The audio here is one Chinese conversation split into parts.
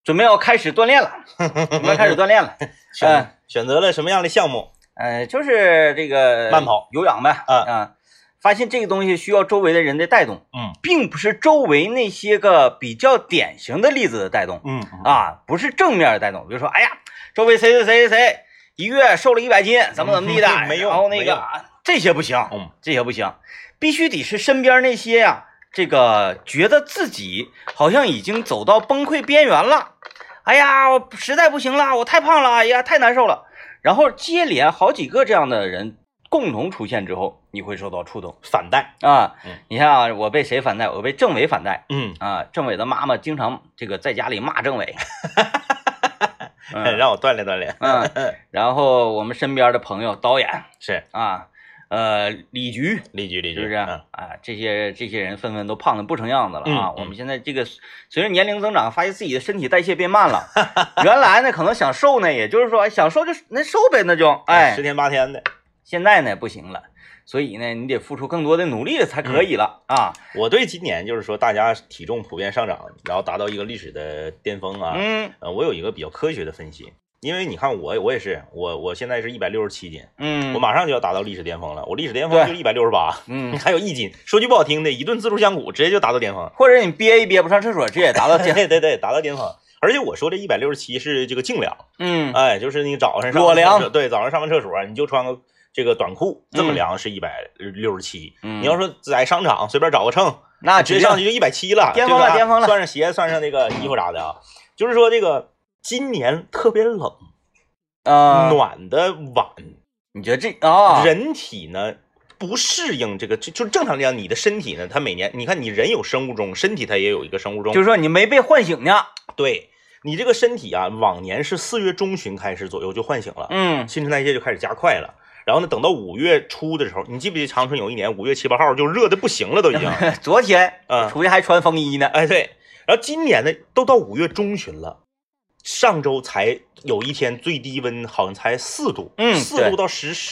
准备要开始锻炼了，准备开始锻炼了。 选择了什么样的项目？ 就是这个慢跑、 有氧呗。发现这个东西需要周围的人的带动，并不是周围那些个比较典型的例子的带动，不是正面的带动。比如说，哎呀，周围谁一月瘦了100斤，怎么地的， 没用。 然后那个这些不行，这些不行，必须得是身边那些呀，这个觉得自己好像已经走到崩溃边缘了，哎呀，我实在不行了，我太胖了，哎呀，太难受了。然后接连好几个这样的人共同出现之后，你会受到触动， 反带啊。你看啊，我被谁反带？我被政委反带。政委的妈妈经常这个在家里骂政委， 让我锻炼锻炼。 然后我们身边的朋友导演是啊，李局是不是啊？这些人纷纷都胖得不成样子了啊。我们现在这个随着年龄增长，发现自己的身体代谢变慢了。原来呢，可能想瘦呢，也就是说想瘦就那瘦呗，那就 10天8天的。 现在呢不行了，所以呢你得付出更多的努力才可以了啊。 我对今年就是说大家体重普遍上涨，然后达到一个历史的巅峰啊。我有一个比较科学的分析，因为你看我也是，我现在是167斤，我马上就要达到历史巅峰了。我历史巅峰就168，还有1斤。说句不好听的，一顿自助香骨直接就达到巅峰， 或者你憋一憋不上厕所，直接达到巅峰。 对，达到巅峰。而且我说这167是这个净量，就是你早上裸量， 对，早上上完厕所你就穿个这个短裤，这么量是167。你要说在商场随便找个秤， 那直接上去就170了， 巅峰了， 算上鞋，算上那个衣服啥的啊。就是说这个今年特别冷，暖的晚。 你觉得人体呢不适应这个，就正常讲，你的身体呢，它每年你看你人有生物钟，身体它也有一个生物钟， 就是说你没被唤醒呢。 对。你这个身体啊，往年是4月中旬开始左右就唤醒了，新陈代谢就开始加快了。然后呢，等到5月初的时候，你记不记得长春有一年5月7、8号就热的不行了，都已经。 昨天出去还穿风衣呢。 对。然后今年呢，都到5月中旬了，上周才有一天最低温好像才4度，4度到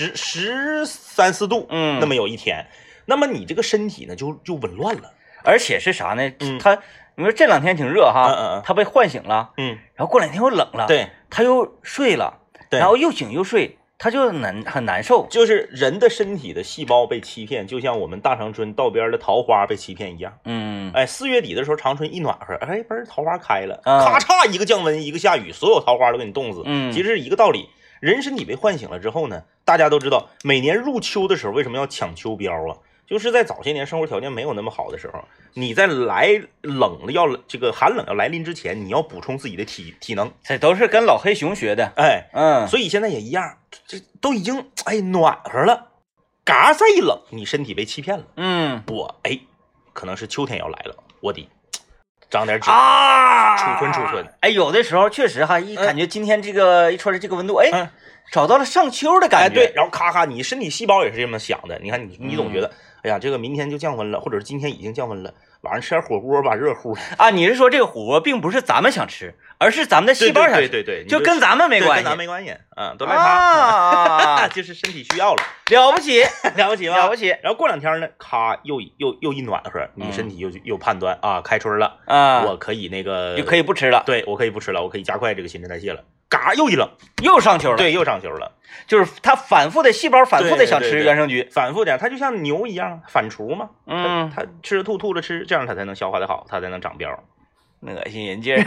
13、14度，那么有一天，那么你这个身体呢就紊乱了， 而且是啥呢？你说这2天挺热哈，他被唤醒了，然后过2天又冷了， 对， 他又睡了，然后又醒又睡，他就很难受。 就是人的身体的细胞被欺骗，就像我们大长春道边的桃花被欺骗一样。4月底的时候，长春一暖和，嘣，桃花开了，咔嚓一个降温，一个下雨，所有桃花都给你冻死。其实是一个道理。人身体被唤醒了之后呢，大家都知道，每年入秋的时候为什么要抢秋膘啊？就是在早些年生活条件没有那么好的时候，你在寒冷要来临之前，你要补充自己的体能。 这都是跟老黑熊学的。 所以现在也一样，这都已经暖和了，嘎再一冷，你身体被欺骗了。可能是秋天要来了，我得长点脂储存。 有的时候确实哈，一感觉今天这个一出来这个温度，找到了上秋的感觉。 对，然后咔咔，你身体细胞也是这么想的。你看你总觉得，哎呀，这个明天就降温了，或者是今天已经降温了，晚上吃点火锅吧，热乎啊。你是说这个火锅并不是咱们想吃，而是咱们的细胞想吃？ 对， 就跟咱们没关系， 跟咱没关系都赖他就是身体需要了， 了不起吧？了不起。然后过2天呢，咔又一暖和，你身体又判断开春了我可以那个就可以不吃了。 对，我可以不吃了，我可以加快这个新陈代谢了。嘎，又一冷， 又上秋了。 对，又上秋了， 就是它细胞反复的想吃原生菌， 反复的，它就像牛一样反刍嘛。它吃着吐着吃，这样它才能消化的好，它才能长膘。 恶心人劲儿。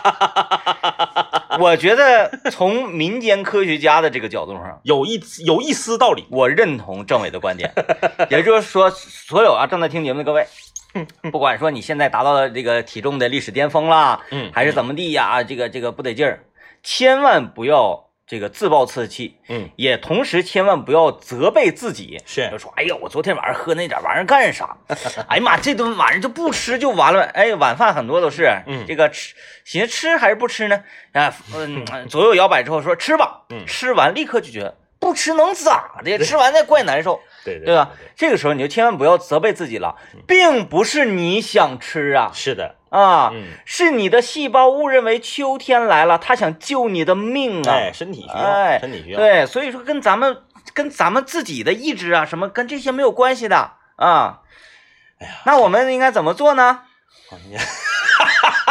我觉得从民间科学家的这个角度上， 有一丝道理， 我认同政委的观点。也就是说，所有正在听节目的各位，不管说你现在达到了这个体重的历史巅峰啦，还是怎么地呀，这个不得劲儿，千万不要这个自暴自弃，也同时千万不要责备自己，就说哎呀，我昨天晚上喝那点玩意儿干啥？哎呀妈，这顿晚上就不吃就完了。晚饭很多都是，这个寻思吃还是不吃呢？左右摇摆之后说吃吧，吃完立刻就觉得不吃能咋的？吃完再怪难受，对吧？这个时候你就千万不要责备自己了，并不是你想吃啊， 是的。 是你的细胞误认为秋天来了，他想救你的命啊！ 身体需要，身体需要。 对，所以说跟咱们自己的意志啊，什么跟这些没有关系的啊。那我们应该怎么做呢？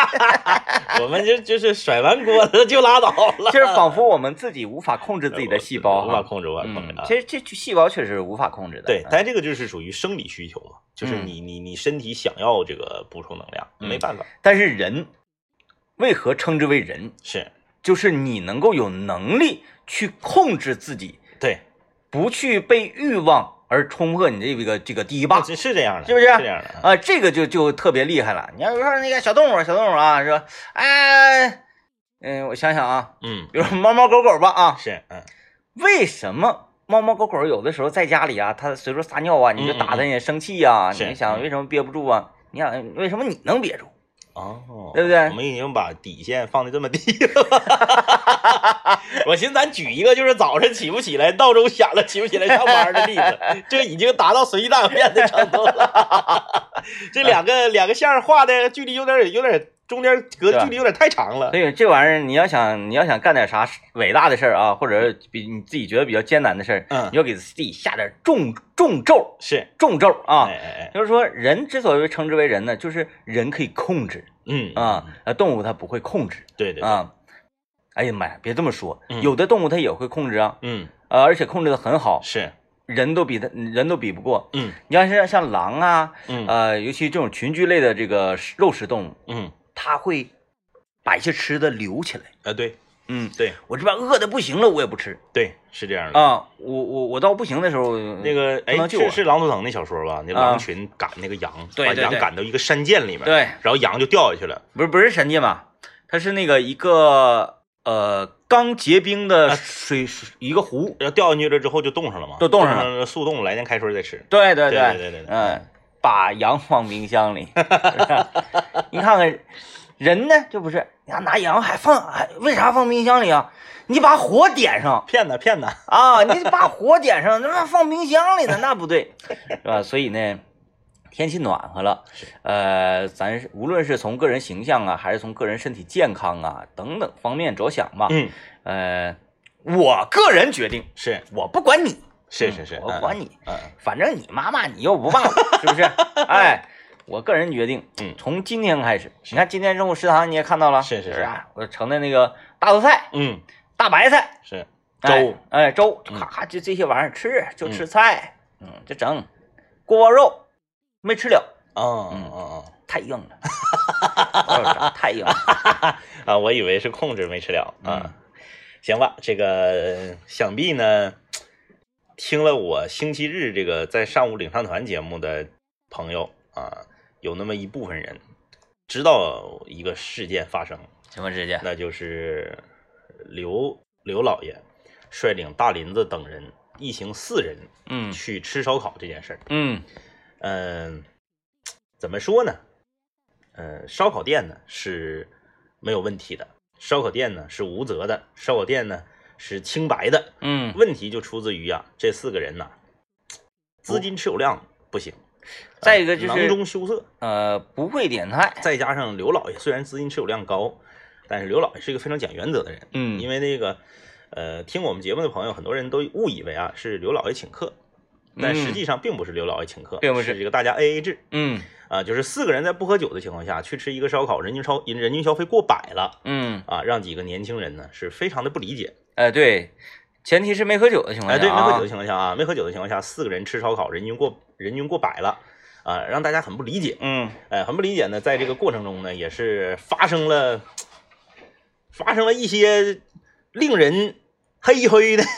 我们就是甩完锅子就拉倒了， 就是仿佛我们自己无法控制自己的细胞， 无法控制啊。 其实这细胞确实是无法控制的。 对，但这个就是属于生理需求嘛，就是你身体想要这个补充能量，没办法。 但是人为何称之为人？就是你能够有能力去控制自己， 对， 不去被欲望而冲破你这个堤坝， 是这样的， 是不是？ 是这样的啊，这个就特别厉害了。你要说那个小动物啊，说，哎，我想想啊，比如说猫猫狗狗吧啊，为什么猫猫狗狗有的时候在家里啊，它随处撒尿啊，你就打它也生气呀？你想为什么憋不住啊？你想为什么你能憋住？ 哦， 对不对？ 我们已经把底线放的这么低了。我寻思咱举一个就是早晨起不起来，闹钟响了起不起来上班的例子，这已经达到随地大小便的程度了。这两个线画的距离有点中间隔距离有点太长了。 所以这玩意儿你要想干点啥伟大的事儿啊，或者比你自己觉得比较艰难的事儿，你要给自己下点重咒，重咒啊。就是说人之所以称之为人呢，就是人可以控制，动物它不会控制， 对啊。哎呀妈呀，别这么说，有的动物它也会控制啊，而且控制的很好，人都比不过，你看像狼啊，尤其这种群居类的这个肉食动物，它会把一些吃的留起来， 对， 对，我这边饿的不行了，我也不吃， 对，是这样的啊，我到不行的时候， 那个是狼图腾那小说吧？那狼群赶那个羊，把羊赶到一个山涧里面， 对， 然后羊就掉下去了， 不是山涧吧？它是那个一个刚结冰的水一个湖， 然后掉进去了之后就冻上了嘛， 就冻上了， 速冻，来年开春再吃。 对，把羊放冰箱里，你看看人呢就不是，你看拿羊还为啥放冰箱里啊？你把火点上， 骗他啊！你把火点上，那放冰箱里呢，那不对，是吧？所以呢，天气暖和了，咱无论是从个人形象啊，还是从个人身体健康啊等等方面着想嘛，我个人决定我不管你，我不管你，反正你骂你又不骂我，是不是？哎，我个人决定，从今天开始，你看今天中午食堂你也看到了， 是啊，我盛的那个大头菜，大白菜，粥，咔咔就这些玩意儿就吃菜，就整锅包肉。没吃了，太硬了，太硬了啊！我以为是控制没吃了啊。行吧，这个想必呢，听了我星期日这个在上午领上团节目的朋友啊，有那么一部分人知道一个事件发生。 什么事件？ 那就是刘老爷率领大林子等人一行4人，去吃烧烤这件事儿。怎么说呢？烧烤店呢是没有问题的，烧烤店呢是无责的，烧烤店呢是清白的。问题就出自于这4个人呐，资金持有量不行， 再一个就是囊中羞涩， 不会点菜， 再加上刘老爷虽然资金持有量高，但是刘老爷是一个非常讲原则的人。因为那个听我们节目的朋友很多人都误以为是刘老爷请客。但实际上并不是刘老爷请客， 并不是这个大家 AA 制。就是4个人在不喝酒的情况下去吃一个烧烤，人均消费过100了。让几个年轻人呢是非常的不理解。 对，前提是没喝酒的情况下。 对，没喝酒的情况下没喝酒的情况下，4个人吃烧烤，人均过100了。让大家很不理解。很不理解呢，在这个过程中呢，也是发生了一些令人黑灰的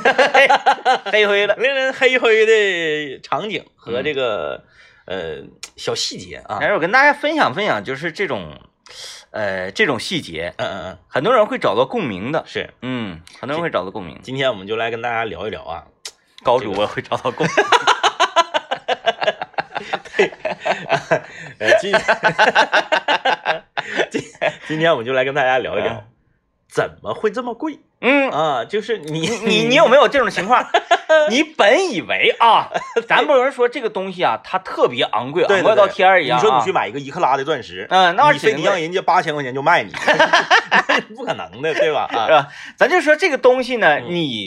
令人黑灰的场景和这个小细节啊。 我跟大家分享，就是这种细节，很多人会找到共鸣的，很多人会找到共鸣。 今天我们就来跟大家聊一聊啊， 高主播会找到共鸣。 今天我们就来跟大家聊一聊，怎么会这么贵？就是你有没有这种情况？你本以为咱不能说这个东西它特别昂贵，昂贵到天儿一样。 你说你去买一个1克拉的钻石， 那你非得让人家8000块钱就卖你，不可能的，对吧？ 是吧？咱就说这个东西呢，你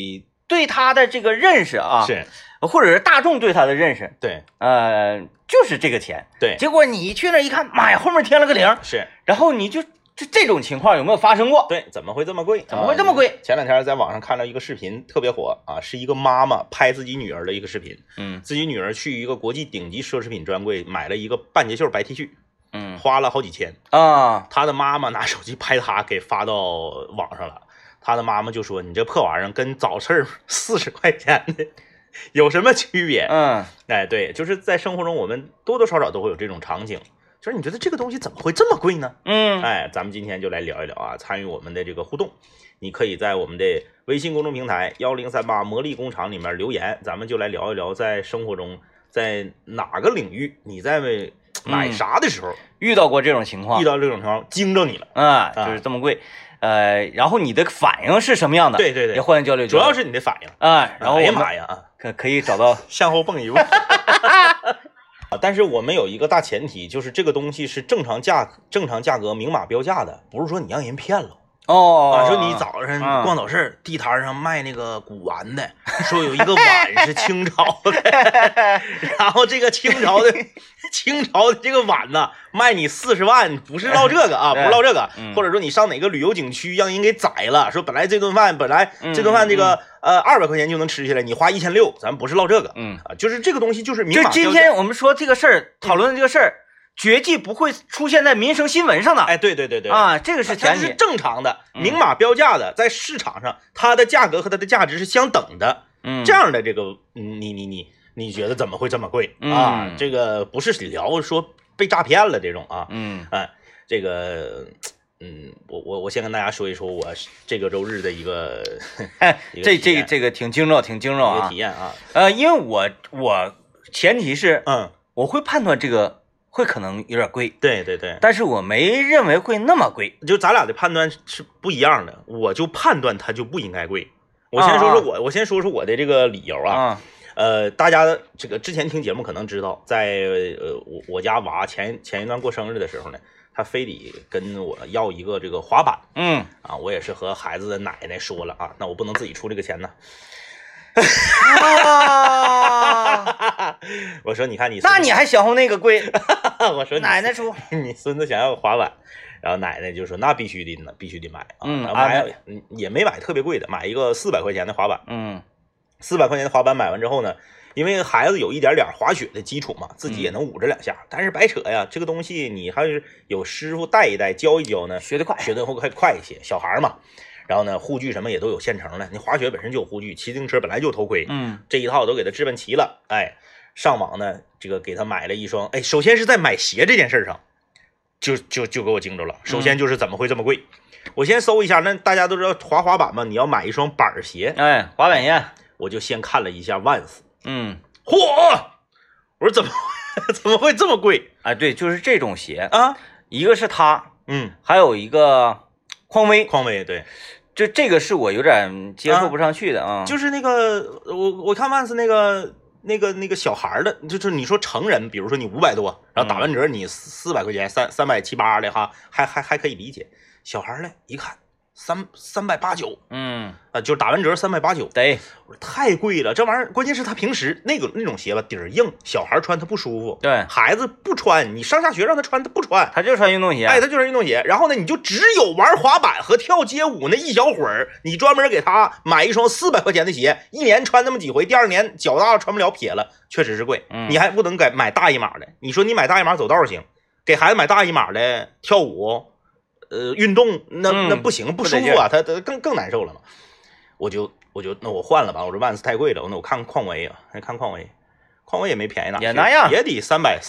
对它的这个认识啊， 是， 或者是大众对它的认识， 对， 就是这个钱， 对， 结果你去那一看，妈呀，后面添了个0， 是， 然后你就这种情况有没有发生过？ 对，怎么会这么贵？ 怎么会这么贵？ 前两天在网上看到一个视频，特别火啊，是一个妈妈拍自己女儿的一个视频。自己女儿去一个国际顶级奢侈品专柜买了一个半截袖白 T 恤，花了好几千啊。 她的妈妈拿手机拍她，给发到网上了。她的妈妈就说：“你这破玩意儿跟早市40块钱的有什么区别？”哎，对，就是在生活中我们多多少少都会有这种场景。就是你觉得这个东西怎么会这么贵呢？哎，咱们今天就来聊一聊啊，参与我们的这个互动，你可以在我们的微信公众平台1038魔力工厂里面留言，咱们就来聊一聊在生活中，在哪个领域你在买啥的时候遇到过这种情况， 惊着你了就是这么贵，然后你的反应是什么样的？ 对对对， 也欢迎交流， 主要是你的反应然后哎呀妈呀可以找到向后蹦一步。但是我们有一个大前提，就是这个东西是正常价格明码标价的，不是说你让人骗了说你早上逛早市地摊上卖那个古玩的，说有一个碗是清朝的，然后这个清朝的这个碗呢卖你40万，不是唠这个啊，不是唠这个，或者说你上哪个旅游景区让人给宰了，说本来这顿饭这个200块钱就能吃下来，你花1600，咱不是唠这个，就是这个东西就是明码标价。 就今天我们说这个事儿，讨论的这个事儿。绝技不会出现在民生新闻上的， 哎，对啊，这个是前提， 它是正常的，明码标价的，在市场上它的价格和它的价值是相等的，这样的这个，你觉得怎么会这么贵啊？这个不是聊说被诈骗了这种啊，这个，我先跟大家说一说我这个周日的一个， 这个挺惊着啊， 一个体验啊， 因为我前提是，我会判断这个。会可能有点贵， 对， 但是我没认为会那么贵， 就咱俩的判断是不一样的，我就判断它就不应该贵。我先说说我的这个理由啊，大家这个之前听节目可能知道，在我家娃前一段过生日的时候呢，他非得跟我要一个这个滑板，我也是和孩子的奶奶说了啊，那我不能自己出这个钱呢。我说你看那你还想乎那个贵？ 我说奶奶出， 你孙子想要滑板，然后奶奶就说那必须得买啊，买也没买特别贵的，买一个400块钱的滑板，400块钱的滑板买完之后呢，因为孩子有一点滑雪的基础嘛，自己也能捂着2下，但是白扯呀，这个东西你还是有师傅带一带教一教呢，学得会快一些，小孩嘛。然后呢，护具什么也都有现成的。你滑雪本身就有护具，骑自行车本来就有头盔，这一套都给他置办齐了。哎，上网呢，这个给他买了一双。哎，首先是在买鞋这件事上，就给我惊着了。首先就是怎么会这么贵？我先搜一下，那大家都知道滑板嘛，你要买一双板鞋， 哎，滑板鞋， 我就先看了一下Vans， 嚯， 我说怎么会这么贵？ 哎，对，就是这种鞋啊， 一个是它，还有一个。匡威对， 这个是我有点接受不上去的啊， 就是那个我看Vans那个小孩的，就是你说成人，比如说你500多，然后打完折你400块钱378的哈，还可以理解，小孩呢一看389，就打完折389， 对， 我说太贵了，这玩意儿关键是他平时那种鞋吧底儿硬，小孩穿他不舒服， 对， 孩子不穿，你上下学让他穿他不穿， 他就穿运动鞋， 哎，他就穿运动鞋，然后呢你就只有玩滑板和跳街舞那一小会儿，你专门给他买一双400块钱的鞋，一年穿那么几回，第2年脚大了穿不了撇了，确实是贵，你还不能买大一码的，你说你买大一码走道行，给孩子买大一码的跳舞。运动那不行，不舒服啊，他更难受了嘛。我就那我换了吧，我说Vans太贵了，那我看匡威啊，看匡威也没便宜哪， 也那样， 也得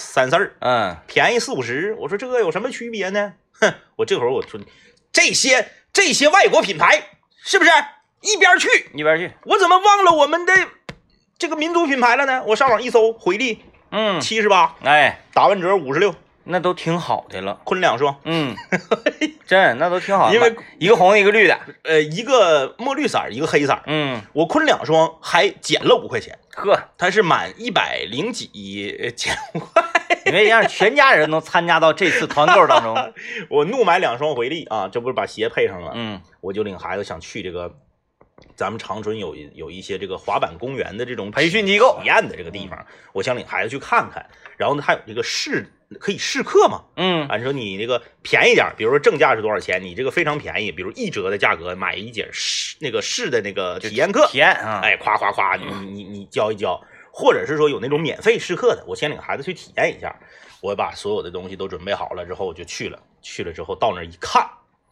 330，便宜40-50，我说这个有什么区别呢？哼，我这会儿我说这些外国品牌是不是一边去？我怎么忘了我们的这个民族品牌了呢？我上网一搜，回力，78， 哎， 打完折56。 那都挺好的了， 坤2双， 真那都挺好的， 因为一个红的一个绿的， 一个墨绿色，一个黑色，我坤2双还减了5块钱， 呵， 它是满100几减5块， 因为让全家人都参加到这次团购当中， 我怒买2双回力啊，这不是把鞋配上了，我就领孩子想去这个咱们长春有一些这个滑板公园的这种培训机构体验的这个地方，我想领孩子去看看。然后呢，还有这个可以试课嘛？你说你那个便宜点，比如说正价是多少钱，你这个非常便宜，比如1折的价格买一节试的那个体验课，哎，夸夸夸，你教一教，或者是说有那种免费试课的，我先领孩子去体验一下。我把所有的东西都准备好了之后，我就去了之后到那儿一看，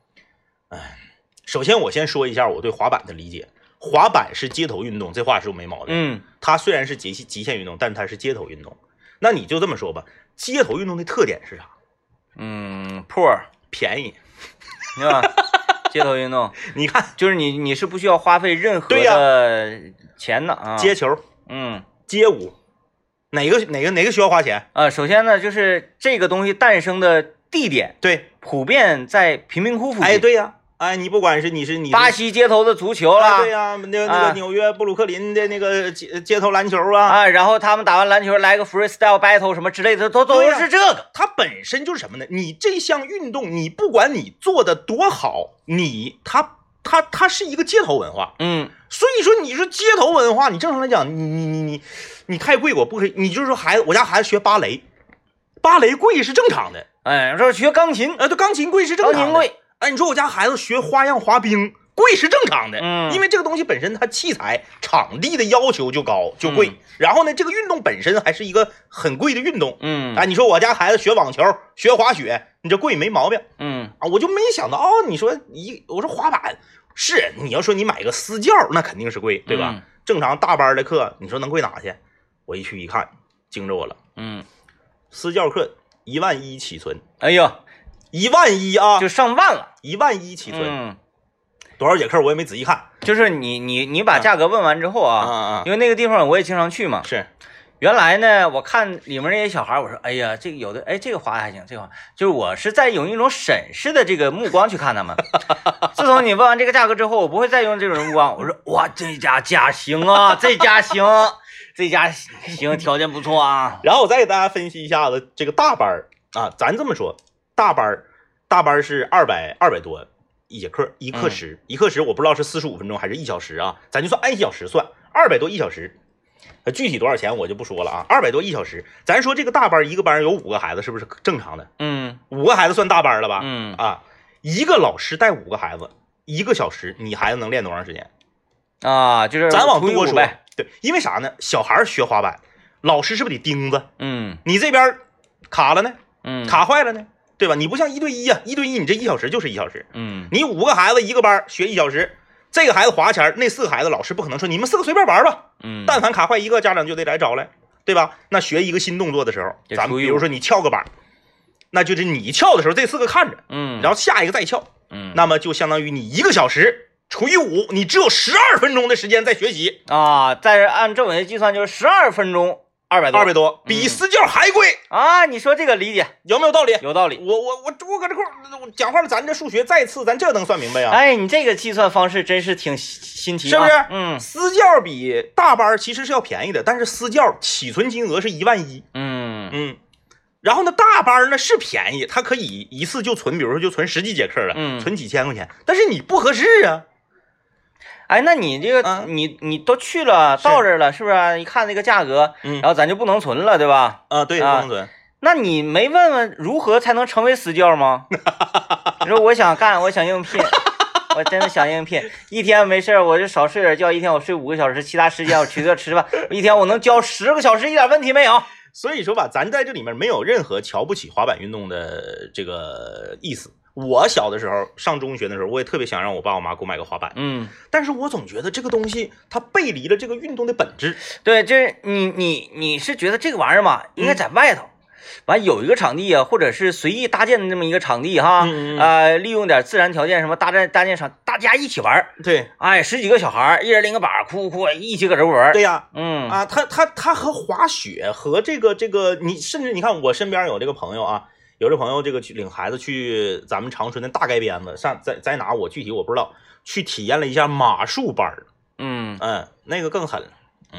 首先我先说一下我对滑板的理解。滑板是街头运动，这话是没毛病。它虽然是极限运动，但是它是街头运动。那你就这么说吧，街头运动的特点是啥？ 破便宜， 是吧？街头运动， 你看， 就是你是不需要花费任何的钱的啊。 街球，街舞，哪个需要花钱啊？首先呢，就是这个东西诞生的地点， 对， 普遍在贫民窟附近。 哎，对呀。哎，你不管是你巴西街头的足球啦， 对呀，那个纽约布鲁克林的那个街头篮球然后他们打完篮球来个 freestyle battle 什么之类的，都是这个。 它本身就是什么呢？你这项运动，你不管你做的多好，它是一个街头文化，所以说你说街头文化，你正常来讲，你太贵我不可以，你就是说我家孩子学芭蕾贵是正常的， 说学钢琴， 对，钢琴贵是正常的， 钢琴贵。 哎，你说我家孩子学花样滑冰贵是正常的，因为这个东西本身它器材、场地的要求就高就贵，然后呢，这个运动本身还是一个很贵的运动，你说我家孩子学网球、学滑雪，你这贵没毛病，我就没想到你说我说滑板是你要说你买个私教那肯定是贵，对吧？正常大班的课你说能贵哪去？我一去一看，惊着我了，私教课11000起存， 哎呀。 11000啊， 就上万了 ，11000起存，多少节课我也没仔细看。 就是你把价格问完之后因为那个地方我也经常去嘛。 是， 原来呢，我看里面那些小孩，我说，哎呀，这个有的，这个滑还行，这个就是我是在用一种审视的这个目光去看他们。自从你问完这个价格之后，我不会再用这种目光。我说，哇，这家行啊，这家行，条件不错啊。 然后我再给大家分析一下子这个大班咱这么说。大班是200多一节课，一课时我不知道是45分钟还是1小时啊，咱就算按1小时算，200多1小时，具体多少钱我就不说了啊，200多1小时，咱说这个大班一个班有5个孩子是不是正常的？5个孩子算大班了吧？一个老师带5个孩子，1个小时，你孩子能练多长时间啊？就是咱往多说，对，因为啥呢？小孩学滑板，老师是不是得盯着？你这边卡了呢，卡坏了呢？对吧？你不像1对1啊，1对1你这1小时就是1小时。你5个孩子一个班学1小时，这个孩子滑前，那4个孩子老师不可能说你们4个随便玩吧。但凡卡坏一个，家长就得来找来，对吧？那学一个新动作的时候，咱们比如说你翘个板，那就是你翘的时候这4个看着，然后下一个再翘，那么就相当于你1个小时除以5，你只有12分钟的时间在学习啊。再按正文计算就是12分钟。200多， 比私教还贵啊！你说这个理解有没有道理？ 有道理。 我搁这块讲话了，咱这数学再次，咱这能算明白呀？ 哎，你这个计算方式真是挺新奇， 是不是？私教比大班其实是要便宜的，但是私教起存金额是11000。然后呢，大班呢是便宜，它可以一次就存，比如说就存10几节课了，存几千块钱，但是你不合适啊。 哎，那你这个你都去了，到这儿了，是不是？一看那个价格，然后咱就不能存了，对吧？ 对，不能存。 那你没问问如何才能成为私教吗？你说我想干，我想应聘，我真的想应聘。一天没事我就少睡点觉，一天我睡5个小时，其他时间我吃饭，一天我能教10个小时，一点问题没有。 所以说吧，咱在这里面没有任何瞧不起滑板运动的这个意思。我小的时候上中学的时候，我也特别想让我爸我妈给我买个滑板，但是我总觉得这个东西它背离了这个运动的本质。 对，就是你是觉得这个玩意儿嘛，应该在外头，完有一个场地啊，或者是随意搭建的这么一个场地哈，利用点自然条件，什么搭建场，大家一起玩。 对， 哎10几个小孩，一人拎个板，哭一起搁这玩。 对呀，他和滑雪和这个你甚至你看我身边有这个朋友啊。有这朋友这个去领孩子去咱们长春的大盖鞭子上在哪我具体我不知道，去体验了一下马术班。那个更狠了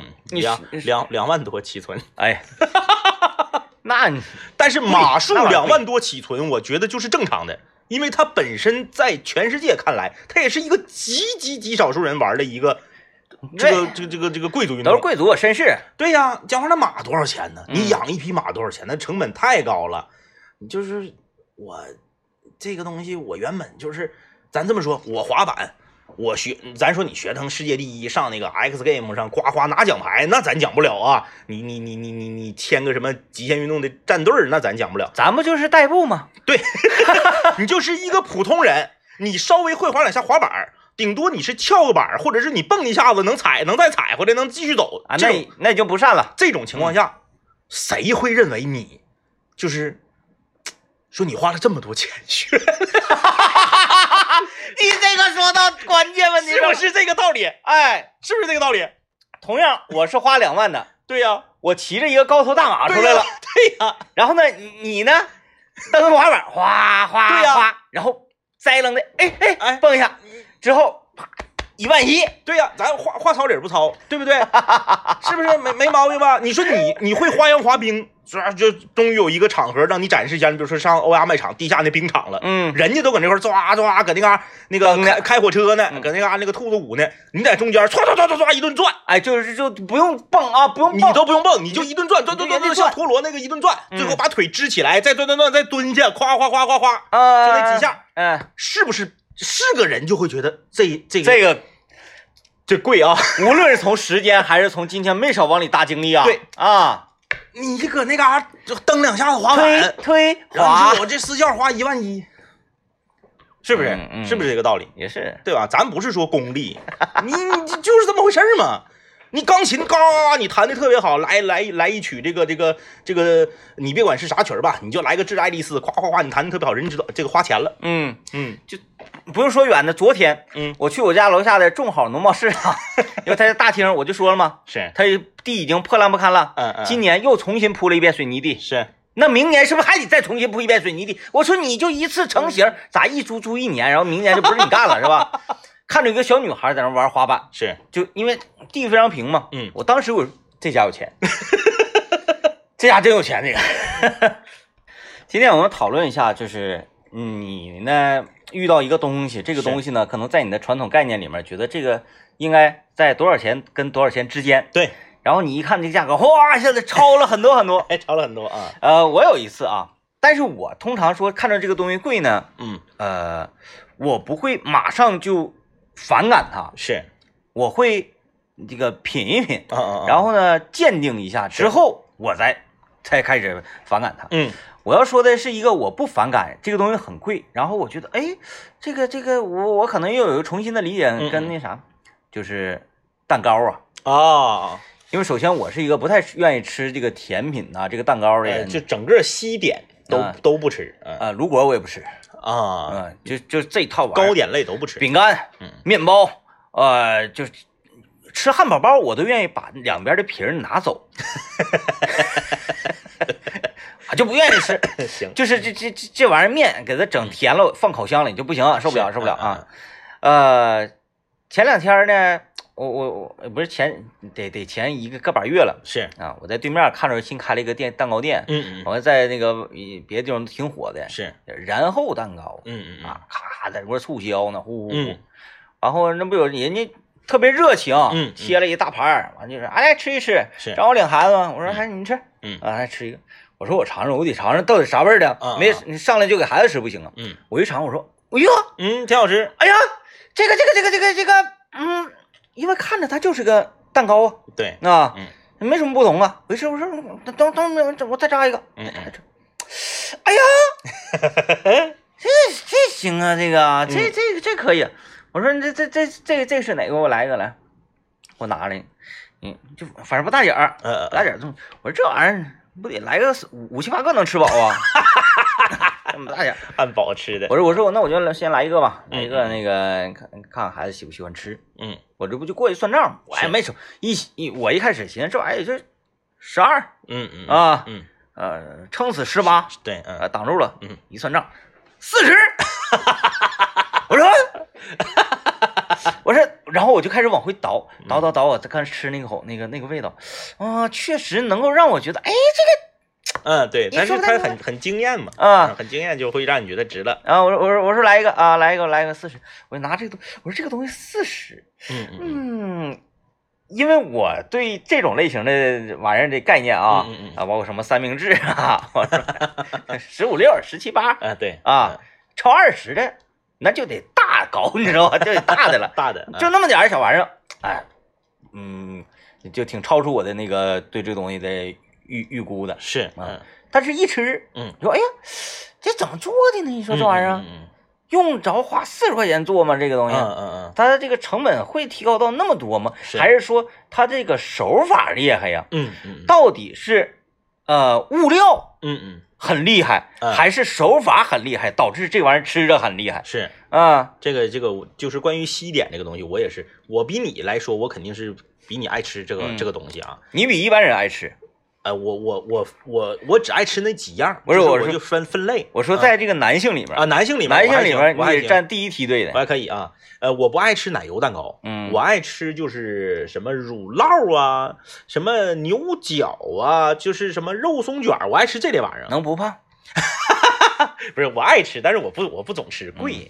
，2万多起存。 哎，那你但是马术2万多起存，我觉得就是正常的， 因为它本身在全世界看来，它也是一个极少数人玩的一个这个贵族运动， 都是贵族绅士。 对呀，讲话那马多少钱呢？你养一匹马多少钱？那成本太高了。就是我这个东西，我原本就是咱这么说，我滑板。咱说你学成世界第一，上那个 X Game 上夸夸拿奖牌，那咱讲不了啊。你签个什么极限运动的战队，那咱讲不了。 咱不就是代步吗？ 对，你就是一个普通人，你稍微会滑两下滑板，顶多你是翘个板，或者是你蹦一下子能再踩回来，能继续走啊。那就不善了。 这种情况下，谁会认为你就是说你花了这么多钱学？ 你这个说到关键问题， 是不是这个道理？ 哎， 是不是这个道理？ 同样，我是花2万的， 对呀， 我骑着一个高头大马出来了， 对呀。 然后呢，你呢，蹬个滑板，哗哗对呀， 哗，然后栽楞的，哎，蹦一下，之后啪11000， 对呀，咱话糙理不糙，对不对？是不是没毛病吧？你说你会花样滑冰，就终于有一个场合让你展示一下，你比如说上欧亚卖场地下那冰场了，人家都搁那块抓，搁那个开火车呢，搁那个兔子舞呢，你在中间唰一顿转， 哎，就不用蹦啊，不用蹦， 你都不用蹦，你就一顿转，像陀螺那个一顿转，最后把腿支起来，再转，再蹲下，夸，就那几下，是不是个人就会觉得这贵啊？ 无论是从时间还是从金钱，没少往里搭精力啊。 对啊， 你这搁那嘎就蹬2下子滑板， 推滑，我这私教花11000，是不是？是不是这个道理？ 也是， 对吧？咱不是说功利，你就是这么回事嘛。你钢琴嘎，你弹的特别好，来一曲这个，你别管是啥曲儿吧，你就来个致爱丽丝，夸，你弹的特别好，人家知道这个花钱了。 就不用说远的，昨天，我去我家楼下的众好农贸市场，因为它是大厅，我就说了嘛， 是它地已经破烂不堪了，今年又重新铺了一遍水泥地， 是， 那明年是不是还得再重新铺一遍水泥地？我说你就一次成型，咋一租1年，然后明年就不是你干了是吧？看着一个小女孩在那玩滑板， 是， 就因为地非常平嘛，我当时这家有钱，这家真有钱这个。今天我们讨论一下，就是你呢遇到一个东西，这个东西呢可能在你的传统概念里面觉得这个应该在多少钱跟多少钱之间， 对， 然后你一看这个价格，哗，现在超了很多很多， 超了很多啊。 我有一次啊，但是我通常说看着这个东西贵呢，我不会马上就反感它， 是， 我会这个品一品，然后呢鉴定一下之后，我才开始反感它。我要说的是一个我不反感这个东西很贵，然后我觉得哎，这个我可能又有一个重新的理解，跟那啥，就是蛋糕啊，因为首先我是一个不太愿意吃这个甜品啊，这个蛋糕的人， 就整个西点都不吃乳果我也不吃。就这套玩意儿， 糕点类都不吃， 饼干、面包，就吃汉堡包，我都愿意把两边的皮儿拿走，就不愿意吃。 行， 就是这玩意儿面给它整甜了，放烤箱里就不行，受不了啊。前2天呢，我不是前一个把月了， 是啊，我在对面看着新开了一个蛋糕店，我在那个别的地方都挺火的， 是然后蛋糕，咔在这块促销呢，呼，然后那不有人家特别热情，切了一大盘，完就说来吃一吃，让我领孩子吗？我说还你吃，来吃一个，我说我尝尝，我得尝尝到底啥味儿的，没你上来就给孩子吃不行啊，我一尝我说，哎呦， 挺好吃， 哎呀，这个，因为看着它就是个蛋糕啊， 对啊，没什么不同啊。我说等我再扎一个，哎呀，这行啊，这可以。我说这是哪个？我来一个来，我拿来，就反正不大点儿，大点儿。我说这玩意儿不得来个5、7、8个能吃饱啊？这么大点， 按饱吃的。 我说那我就先来一个吧，来一个那个看孩子喜不喜欢吃。我这不就过去算账，我还没手我一开始寻思这玩意儿也就12，撑死18， 对， 挡住了，一算账40，我说，然后我就开始往回倒，我再看吃那个味道，确实能够让我觉得，哎，这个对，但是它很惊艳嘛，很惊艳就会让你觉得值了。 我说来一个啊，来一个40，我就拿这个我说这个东西40，因为我对这种类型的玩意儿的概念啊，包括什么三明治啊，我说15、6、17、8， 对啊，超20的那就得大高，你知道吧？就得大的了， 大的， 就那么点小玩意儿，哎，就挺超出我的那个对这东西的预估的， 是， 但是一吃，你说哎呀，这怎么做的呢？你说这玩意儿，用着花40块钱做吗？这个东西，它的这个成本会提高到那么多吗？还是说它这个手法厉害呀？到底是物料很厉害，还是手法很厉害，导致这玩意儿吃着很厉害？ 是这个就是关于西点这个东西，我也是，我比你来说，我肯定是比你爱吃这个东西啊。 你比一般人爱吃。 我只爱吃那几样， 不是我就分类。 我说在这个男性里面男性里面你也占第一梯队的， 我还可以啊。我不爱吃奶油蛋糕，我爱吃就是什么乳酪啊，什么牛角啊，就是什么肉松卷，我爱吃这类玩意儿。 能不胖？ 不是我爱吃，但是我不总吃，贵，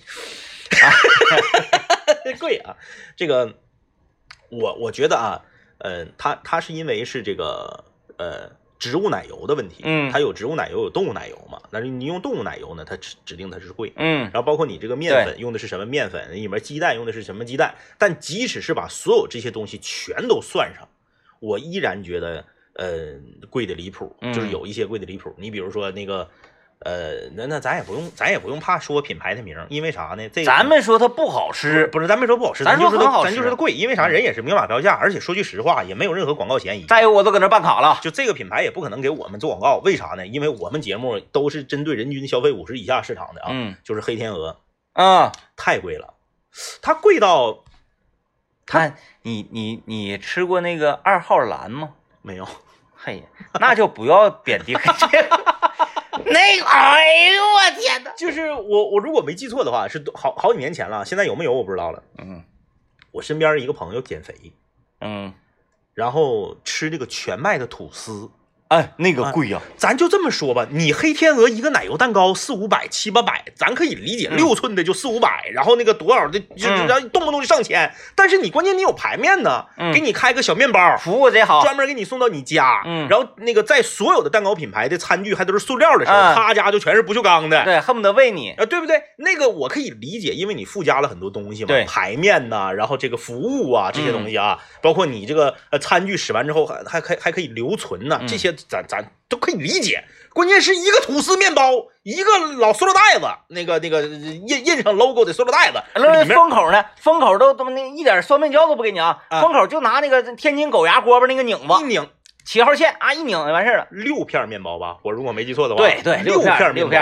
贵啊。这个我觉得啊，它是因为是这个。植物奶油的问题，它有植物奶油，有动物奶油嘛？但是你用动物奶油呢，它指定它是贵，然后包括你这个面粉用的是什么面粉，里面鸡蛋用的是什么鸡蛋，但即使是把所有这些东西全都算上，我依然觉得贵的离谱，就是有一些贵的离谱。你比如说那个那咱也不用怕说品牌的名，因为啥呢？这个咱们说它不好吃， 不是咱们说不好吃， 咱说很好吃， 咱就说它贵，因为啥？人也是明码标价，而且说句实话，也没有任何广告嫌疑。 再有我都搁那办卡了， 就这个品牌也不可能给我们做广告，为啥呢？因为我们节目都是针对人均消费50以下市场的啊，就是黑天鹅太贵了，它贵到它你吃过那个2号蓝吗？ 没有， 嘿，那就不要贬低这个。那个，哎呦我天哪！ 就是我如果没记错的话，是好几年前了，现在有没有我不知道了。我身边一个朋友减肥，然后吃这个全麦的吐司， 哎，那个贵呀。 咱就这么说吧，你黑天鹅一个奶油蛋糕400、500、700、800，咱可以理解，6寸的就400、500，然后那个多少的就是动不动就上千。但是你关键你有排面呢，给你开个小面包， 服务贼好， 专门给你送到你家。然后那个在所有的蛋糕品牌的餐具还都是塑料的时候，他家就全是不锈钢的， 对，恨不得喂你对不对？那个我可以理解，因为你附加了很多东西嘛， 对， 排面呐，然后这个服务啊这些东西啊，包括你这个餐具使完之后还可以留存呐，这些咱都可以理解。关键是一个吐司面包，一个老塑料袋子，那个印上 logo 的塑料袋子， 封口呢？封口都那一点酸面胶都不给你啊！封口就拿那个天津狗牙锅巴那个拧子一拧 ，7号线啊，一拧完事了。 6片面包吧，我如果没记错的话。 对 ，6片面包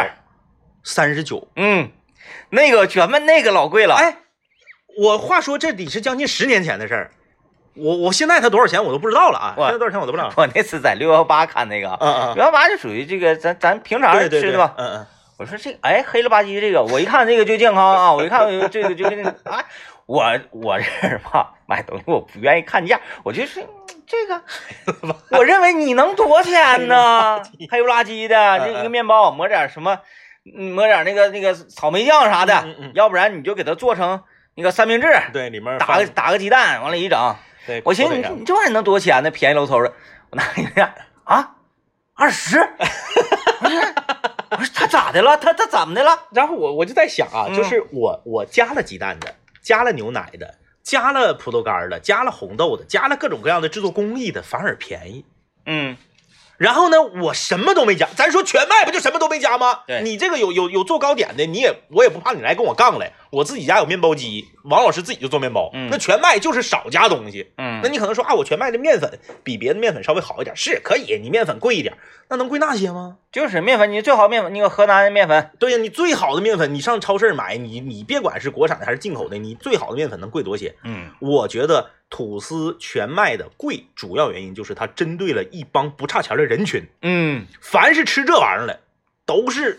，39。 那个全麦那个老贵了。 哎，我话说这得是将近10年前的事儿。我现在它多少钱我都不知道了啊！现在多少钱我都不知道。 我那次在618看那个，618就属于这个咱平常吃的吧。我说这黑了吧唧这个，我一看这个就健康啊！我一看这个就啊，我这人吧买东西我不愿意看价，我就是这个，我认为你能多少钱呢？黑不拉几的这一个面包抹点什么，抹点那个草莓酱啥的，要不然你就给它做成那个三明治， 对，里面打个鸡蛋，完了一整。 对， 我寻思你这玩意能多少钱呢？便宜楼头的，我拿一个啊，20。我说他咋的了？他怎么的了？ 然后我就在想啊，就是我加了鸡蛋的，加了牛奶的，加了葡萄干的，加了红豆的，加了各种各样的制作工艺的，反而便宜。然后呢，我什么都没加，咱说全麦不就什么都没加吗？ 对， 你这个有做糕点的，我也不怕你来跟我杠来，我自己家有面包机，王老师自己就做面包。那全麦就是少加东西。那你可能说啊，我全麦的面粉比别的面粉稍微好一点，是可以，你面粉贵一点，那能贵那些吗？ 就是面粉，你最好面粉，那个河南的面粉， 对呀，你最好的面粉，你上超市买，你别管是国产的还是进口的，你最好的面粉能贵多些？我觉得吐司全麦的贵，主要原因就是它针对了一帮不差钱的人群。凡是吃这玩意儿的，都是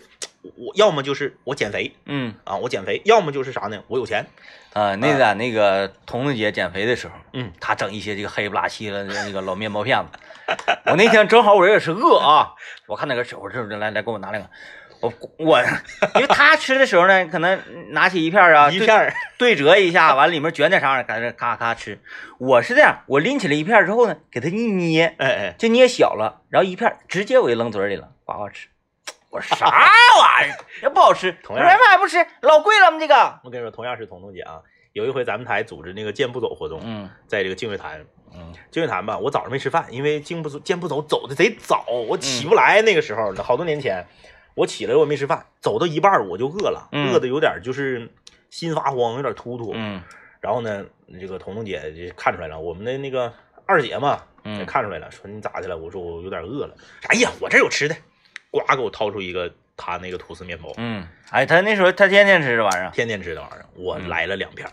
我要么就是我减肥，我减肥，要么就是啥呢？我有钱。 那个彤彤姐减肥的时候，她整一些这个黑不拉几的那个老面包片子。我那天正好我也是饿啊，我看那个我这来给我拿两个。我因为他吃的时候呢，可能拿起一片啊， 一片对折一下，完了里面卷点啥，在这咔咔吃。我是这样，我拎起来一片之后呢，给它一捏，就捏小了，然后一片直接我就扔嘴里了，呱呱吃。我说啥玩意儿？也不好吃。同样还不吃，老贵了，我们这个。 我跟你说，同样是彤彤姐啊，有一回咱们台组织那个健步走活动，在这个净月潭，净月潭吧，我早上没吃饭，因为健步走走的贼早，我起不来。那个时候好多年前。我起来我没吃饭，走到一半我就饿了，饿的有点就是心发慌，有点突突。然后呢，这个彤彤姐就看出来了，我们的那个二姐嘛，也看出来了，说你咋的了？我说我有点饿了。哎呀，我这有吃的，呱给我掏出一个他那个吐司面包。 他那时候他天天吃这玩意儿， 天天吃这玩意儿。我来了2片，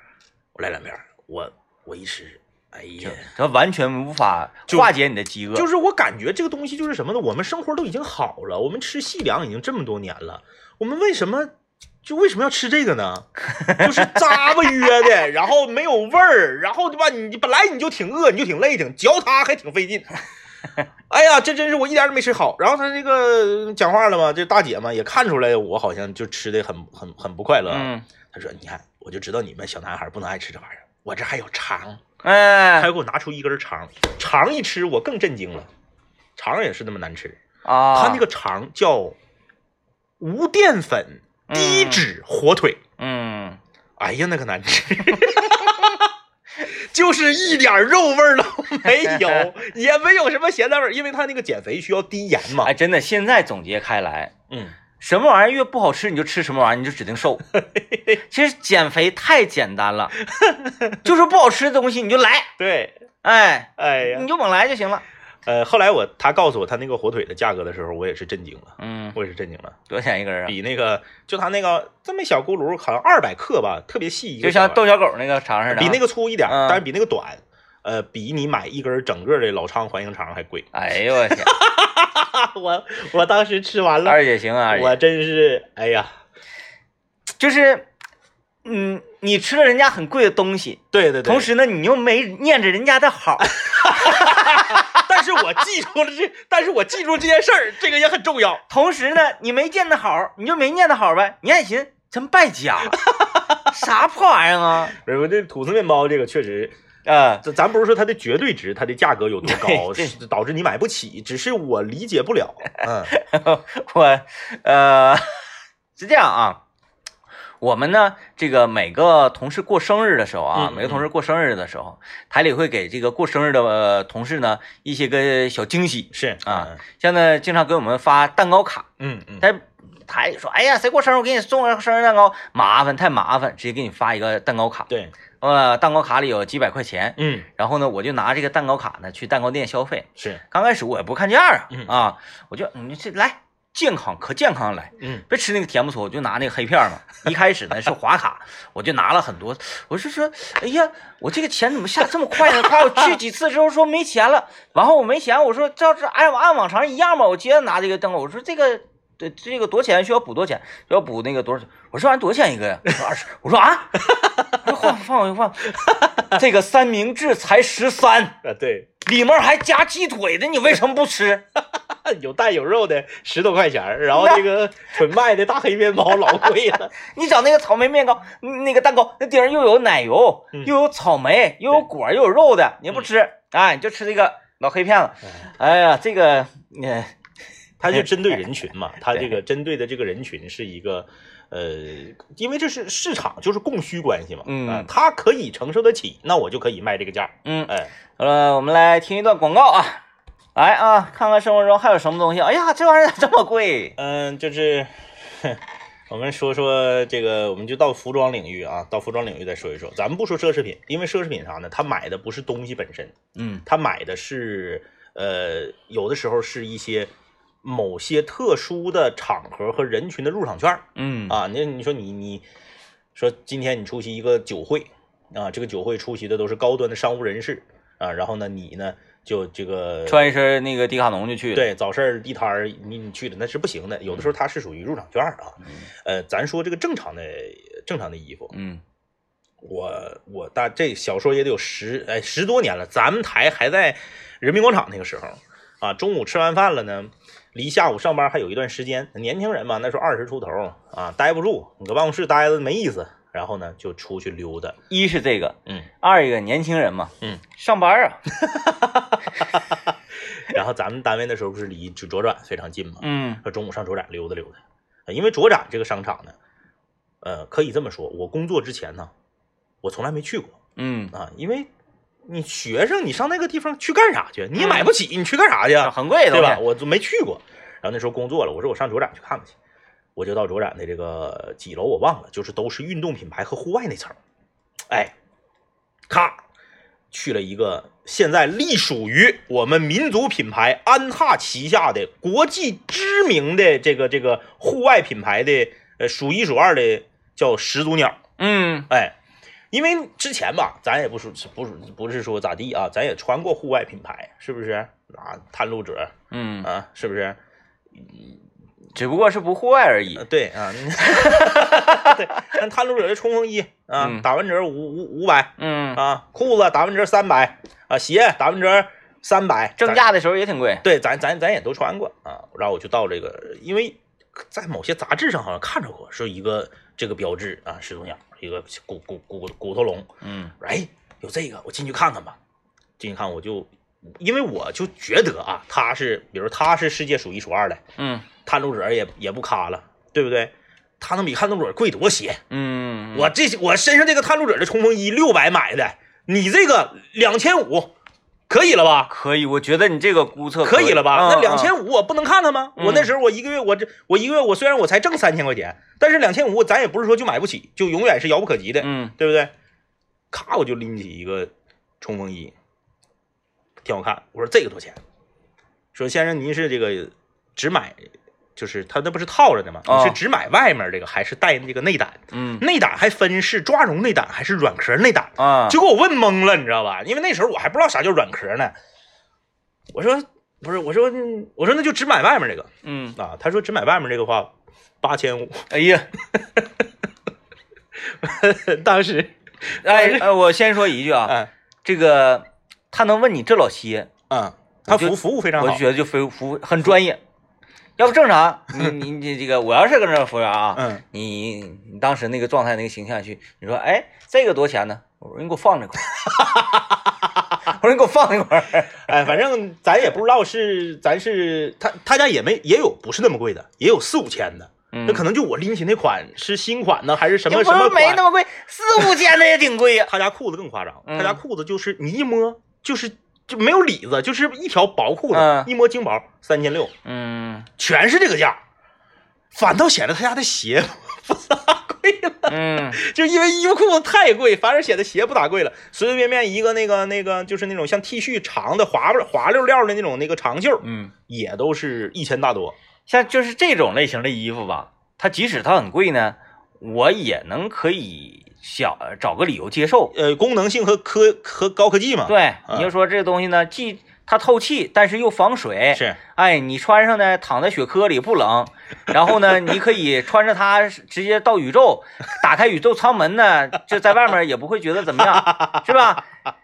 我一吃。哎呀， 它完全无法化解你的饥饿。 就是我感觉这个东西就是什么呢？我们生活都已经好了，我们吃细粮已经这么多年了，我们为什么要吃这个呢？就是咂巴约的，然后没有味儿，然后对吧？你本来你就挺饿，你就挺累挺，嚼它还挺费劲。哎呀，这真是我一点都没吃好。然后他这个讲话了嘛，这大姐嘛也看出来我好像就吃的很不快乐。他说：“你看，我就知道你们小男孩不能爱吃这玩意儿，我这还有肠。”他又给我拿出一根肠一吃我更震惊了，肠也是那么难吃啊！他那个肠叫无淀粉低脂火腿，哎呀，那个难吃，就是一点肉味儿都没有，也没有什么咸淡味儿，因为他那个减肥需要低盐嘛。 哎，真的，现在总结开来，什么玩意儿越不好吃你就吃什么玩意儿，你就指定瘦。其实减肥太简单了，就是不好吃的东西你就来， 对， 哎呀， 你就猛来就行了。 后来他告诉我他那个火腿的价格的时候，我也是震惊了，我也是震惊了， 多少钱一根啊？ 比那个就他那个这么小咕噜，好像200克吧，特别细一个， 就像豆小狗那个肠似的， 比那个粗一点，但是比那个短，比你买一根整个的老昌环形肠还贵。 哎呦我天！ 我当时吃完了， 二姐行啊， 我真是哎呀， 就是你吃了人家很贵的东西， 对， 同时呢你又没念着人家的好。 但是我记住这件事儿，这个也很重要。 同时呢，你没见的好，你就没念的好呗。你还寻思真败家，啥破玩意儿啊？ 我这吐司面包这个确实，咱不是说它的绝对值，它的价格有多高，导致你买不起，只是我理解不了。 我是这样啊。我们呢，这个每个同事过生日的时候啊，每个同事过生日的时候，台里会给这个过生日的同事呢一些个小惊喜， 是啊，像呢经常给我们发蛋糕卡，台里说，哎呀，谁过生日我给你送个生日蛋糕，太麻烦，直接给你发一个蛋糕卡， 对， 蛋糕卡里有几百块钱，然后呢我就拿这个蛋糕卡呢去蛋糕店消费， 是， 刚开始我也不看价啊，我就你这来。健康可健康来，别吃那个甜不粗，我就拿那个黑片嘛。一开始呢是划卡，我就拿了很多，我是说，哎呀，我这个钱怎么下这么快呢？快，我去几次之后说没钱了，然后我没钱，我说这按往常一样嘛，我接着拿这个灯，我说这个多少钱？需要补多少钱？需要补那个多少钱？我说多少钱一个呀？我说20，我说啊，我说放，这个三明治才13啊， 对， 里面还加鸡腿的，你为什么不吃？ 有蛋有肉的10多块钱，然后这个纯麦的大黑面包老贵了。 你找那个草莓面包，那个蛋糕，那顶上又有奶油，又有草莓，又有果，又有肉的，你不吃，你就吃这个老黑片子。哎呀，这个它就针对人群嘛，它这个针对的这个人群是一个因为这是市场，就是供需关系嘛，它可以承受得起，那我就可以卖这个价。 好了，我们来听一段广告啊。来啊，看看生活中还有什么东西。哎呀，这玩意儿这么贵。 就是我们说这个，我们就到服装领域啊，到服装领域再说一说。咱们不说奢侈品，因为奢侈品啥呢？他买的不是东西本身，他买的是有的时候是一些某些特殊的场合和人群的入场券。你说你说今天你出席一个酒会啊，这个酒会出席的都是高端的商务人士啊，然后呢你呢就这个穿一身那个迪卡侬就去了。 对，早市地摊儿你去了那是不行的，有的时候它是属于入场券啊。咱说这个正常的衣服，我这小说也得有10多年了，咱们台还在人民广场那个时候啊，中午吃完饭了呢，离下午上班还有一段时间，年轻人嘛，那时候20出头啊，待不住，你搁办公室待着没意思。然后呢，就出去溜达。 一是这个，二一个年轻人嘛，上班啊。 然后咱们单位那时候不是离就卓展非常近嘛，说中午上卓展溜达溜达。因为卓展这个商场呢，可以这么说，我工作之前呢，我从来没去过，因为你学生你上那个地方去干啥去？你也买不起，你去干啥去？ 很贵的， 对吧？我就没去过。然后那时候工作了，我说我上卓展去看看去。我就到卓展的这个几楼我忘了，就是都是运动品牌和户外那层，咔去了一个现在隶属于我们民族品牌安踏旗下的国际知名的这个户外品牌的数一数二的叫始祖鸟。因为之前吧，咱也不是说咋地啊，咱也穿过户外品牌，是不是啊？探路者，是不是？ 只不过是不户外而已。 对啊，对，但探路者的冲锋衣啊，打完折500，裤子打完折300啊，鞋打完折300， 正价的时候也挺贵。 对，咱也都穿过啊。然后我就到这个，因为在某些杂志上好像看着过，说一个这个标志啊，始祖鸟，一个骨头龙，有这个，我进去看看吧。进去看因为我就觉得啊，比如他是世界数一数二的，探路者也不咖了，对不对？他能比探路者贵多些？我身上这个探路者的冲锋衣600买的，你这个2500，可以了吧？ 可以，我觉得你这个估测可以了吧？那2500我不能看他吗？我那时候我一个月我虽然我才挣3000块钱，但是2500咱也不是说就买不起，就永远是遥不可及的，对不对？咔，我就拎起一个冲锋衣，挺好看。我说这个多少钱？说先生您是这个只买。就是他那不是套着的吗？你是只买外面这个，还是带这个内胆？内胆还分是抓绒内胆还是软壳内胆啊？就给我问懵了，你知道吧？因为那时候我还不知道啥叫软壳呢。我说不是，我说那就只买外面这个。他说只买外面这个话8500。 哎呀， 当时， 我先说一句啊，这个他能问你这老些， 他服务非常好， 我就觉得就服务很专业。要不正常，你这个我要是跟这服务员啊，你当时那个状态那个形象去，你说这个多少钱呢？我说你给我放这块我说你给我放那块反正咱也不知道他家也有不是那么贵的，也有4、5千的，那可能就我拎起那款是新款呢，还是什么款？ 没那么贵，4、5千的也挺贵呀。 他家裤子更夸张，他家裤子就是你一摸就没有里子，就是一条薄裤子，一摸精薄，3600，全是这个价，反倒显得他家的鞋不咋贵了，就因为衣服裤子太贵，反而显得鞋不咋贵了，随随便便一个那个就是那种像 T 恤长的滑溜溜的那种那个长袖，也都是1000大多。 像就是这种类型的衣服吧，它即使它很贵呢，我也可以找个理由接受， 功能性和高科技嘛。 对，你就说这个东西呢，既它透气，但是又防水。 是， 你穿上呢，躺在雪窠里不冷，然后呢，你可以穿着它直接到宇宙，打开宇宙舱门呢，就在外面也不会觉得怎么样，是吧？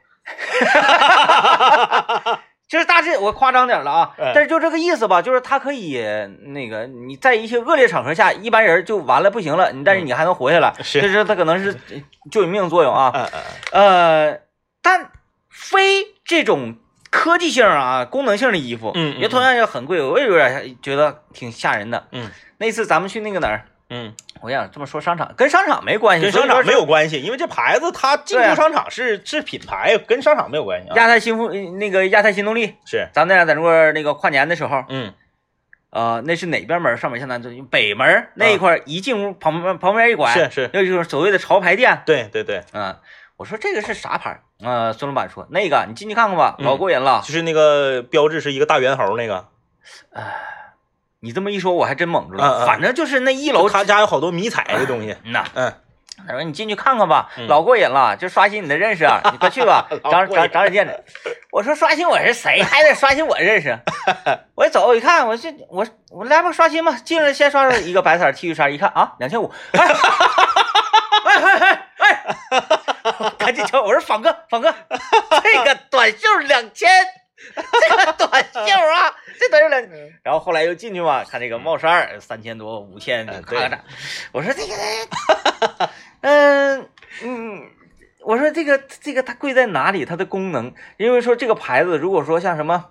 就是大致我夸张点了啊，但是就这个意思吧，就是它可以那个你在一些恶劣场合下，一般人就完了不行了，但是你还能活下来，就是它可能是救你命作用啊。但非这种科技性啊、功能性的衣服，也同样也很贵，我也有点觉得挺吓人的。那次咱们去那个哪儿？我想这么说，商场跟商场没关系， 跟商场没有关系，因为这牌子它进入商场是品牌，跟商场没有关系。 亚太新动力是， 咱们俩在那块那个跨年的时候，那是哪边门？上面现在北门那一块，一进屋旁边一拐， 是， 那就是所谓的潮牌店。 对， 我说这个是啥牌？孙老板说那个你进去看看吧，老过瘾了。 就是那个标志是一个大猿猴那个。 你这么一说，我还真懵住了。反正就是那1楼， 他家有好多迷彩的东西。 他说你进去看看吧，老过瘾了，就刷新你的认识啊！你快去吧，长点见识。 我说刷新我是谁，还得刷新我认识。我一走我一看，我来吧刷新吧，进来先刷了一个白色 T 恤衫，一看啊2500，赶紧叫我说仿哥，这个短袖2000，这个短袖啊，这短袖2000。然后后来又进去嘛，看这个帽衫3000多5000，咔嚓，我说这个，我说这个它贵在哪里？它的功能，因为说这个牌子，如果说像什么，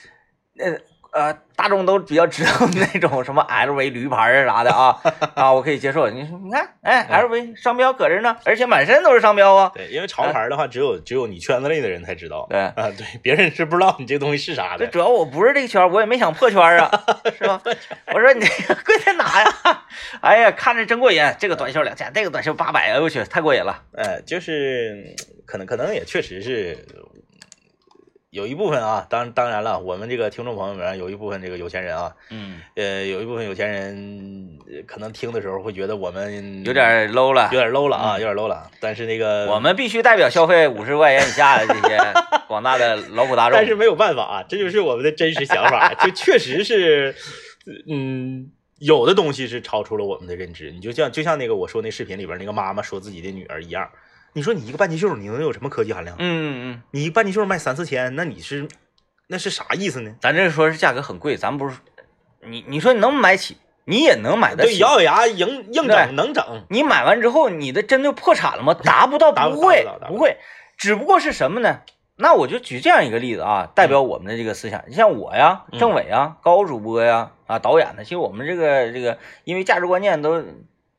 大众都比较知道那种什么 LV 驴牌啥的啊，我可以接受。你看，LV 商标搁这呢，而且满身都是商标啊。 对，因为潮牌的话，只有你圈子内的人才知道。 对对，别人是不知道你这个东西是啥的。 主要我不是这个圈，我也没想破圈啊，是吧？我说你这个贵在哪呀？哎呀，看着真过瘾，这个短袖2000，这个短袖800，哎呦我去，太过瘾了。 就是可能也确实是。有一部分啊，当然了，我们这个听众朋友们有一部分这个有钱人啊，有一部分有钱人可能听的时候会觉得我们有点 low 了， 有点 low 了。但是那个我们必须代表消费50块钱以下的这些广大的劳苦大众。 但是没有办法啊，这就是我们的真实想法，就确实是，有的东西是超出了我们的认知。你就像那个我说那视频里边那个妈妈说自己的女儿一样。你说你一个半截袖，你能有什么科技含量？你一半截袖卖3-4千，那是啥意思呢？ 咱这说是价格很贵，咱不是你说你能买起，你也能买得起。 对，咬牙硬整能整。 你买完之后，你的真就破产了吗？达不到，不会，只不过是什么呢？那我就举这样一个例子啊，代表我们的这个思想。像我呀，政委啊，高主播呀，导演呢，其实我们这个，因为价值观念都。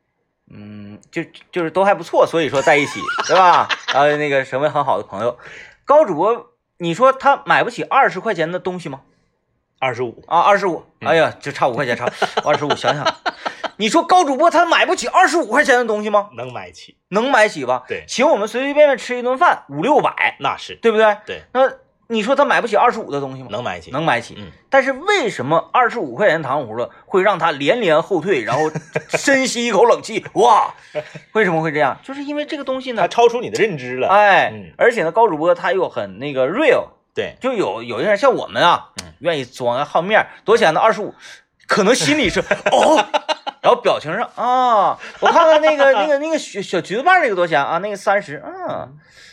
就是都还不错，所以说在一起，对吧？那个成为很好的朋友。高主播，你说他买不起20块钱的东西吗 ？25 啊，25。哎呀，就差5块钱，差25。想想，你说高主播他买不起25块钱的东西吗？ 能买起， 能买起吧？ 对， 请我们随随便便吃一顿饭500-600， 那是对不对？ 对， 那。你说他买不起25的东西吗？ 能买起， 能买起。但是为什么25块钱糖葫芦会让他连连后退，然后深吸一口冷气？哇，为什么会这样？就是因为这个东西呢， 它超出你的认知了。 而且呢，高主播他又很那个 real， 对， 就有些人像我们啊，愿意装好面，多少钱呢？25，可能心里是然后表情上啊，我看看那个小橘子瓣那个多少钱啊？那个30啊。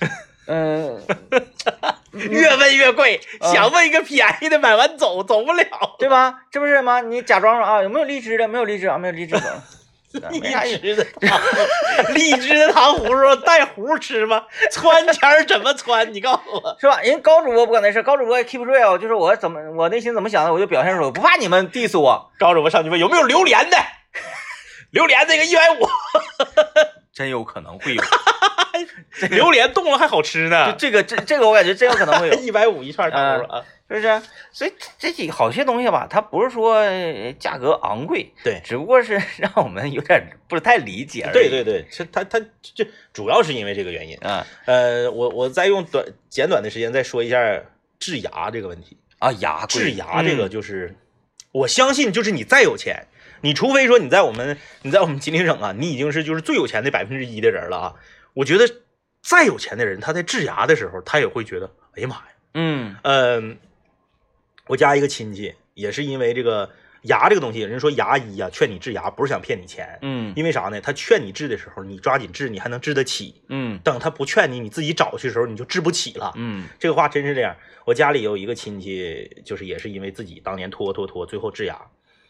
越问越贵，想问一个便宜的，买完走不了， 对吧？这不是吗？你假装啊，有没有荔枝的？没有荔枝啊，没有荔枝的。 荔枝的荔枝的糖葫芦带核吃吗？穿签怎么穿？你告诉我， 是吧？人高主播不管那事，高主播 keep real，就是我内心怎么想的，我就表现出来，不怕你们 diss 我。 高主播上去问有没有榴莲的，榴莲这个150， 真有可能会有。 榴莲冻了还好吃呢， 这个我感觉真有可能会有 150一串糖葫芦啊， 是不是？所以这几个好些东西吧，它不是说价格昂贵， 对， 只不过是让我们有点不太理解而已。 对，它这主要是因为这个原因啊。 我再用简短的时间再说一下治牙这个问题啊，牙贵， 治牙这个就是我相信，就是你再有钱，你除非说你在我们吉林省啊，你已经是就是最有钱的1%的人了啊。我觉得再有钱的人，他在治牙的时候，他也会觉得，哎呀妈呀，我家一个亲戚也是因为这个牙这个东西，人说牙医啊劝你治牙不是想骗你钱，因为啥呢？他劝你治的时候，你抓紧治，你还能治得起，等他不劝你，你自己找去的时候，你就治不起了，这个话真是这样。我家里有一个亲戚，就是也是因为自己当年拖，最后治牙，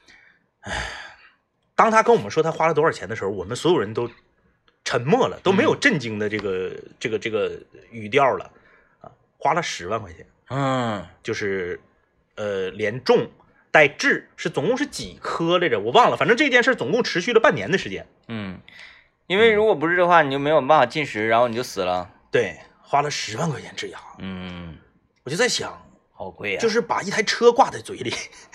当他跟我们说他花了多少钱的时候，我们所有人都沉默了，都没有震惊的这个语调了啊！花了10万块钱，就是连种带治是总共是几颗来着？我忘了，反正这件事总共持续了半年的时间。 因为如果不是的话，你就没有办法进食，然后你就死了。 对，花了10万块钱治牙。我就在想， 好贵啊！ 就是把一台车挂在嘴里。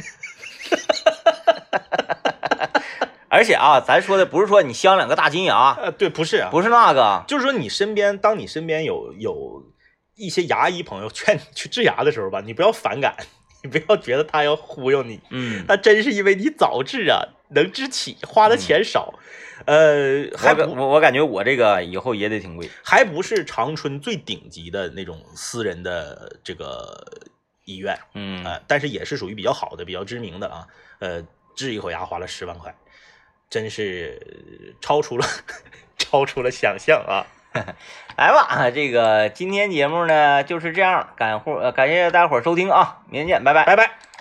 而且啊，咱说的不是说你镶2个大金牙， 对，不是啊， 不是那个， 就是说当你身边有一些牙医朋友劝你去治牙的时候吧，你不要反感，你不要觉得他要忽悠你，他真是因为你早治啊， 能支起，花的钱少。 我感觉我这个以后也得挺贵， 还不是长春最顶级的那种私人的这个医院，但是也是属于比较好的、比较知名的啊。治一口牙花了10万块，真是超出了想象啊！ 来吧，这个今天节目呢就是这样，感谢大伙收听啊，明天见，拜拜， 拜拜。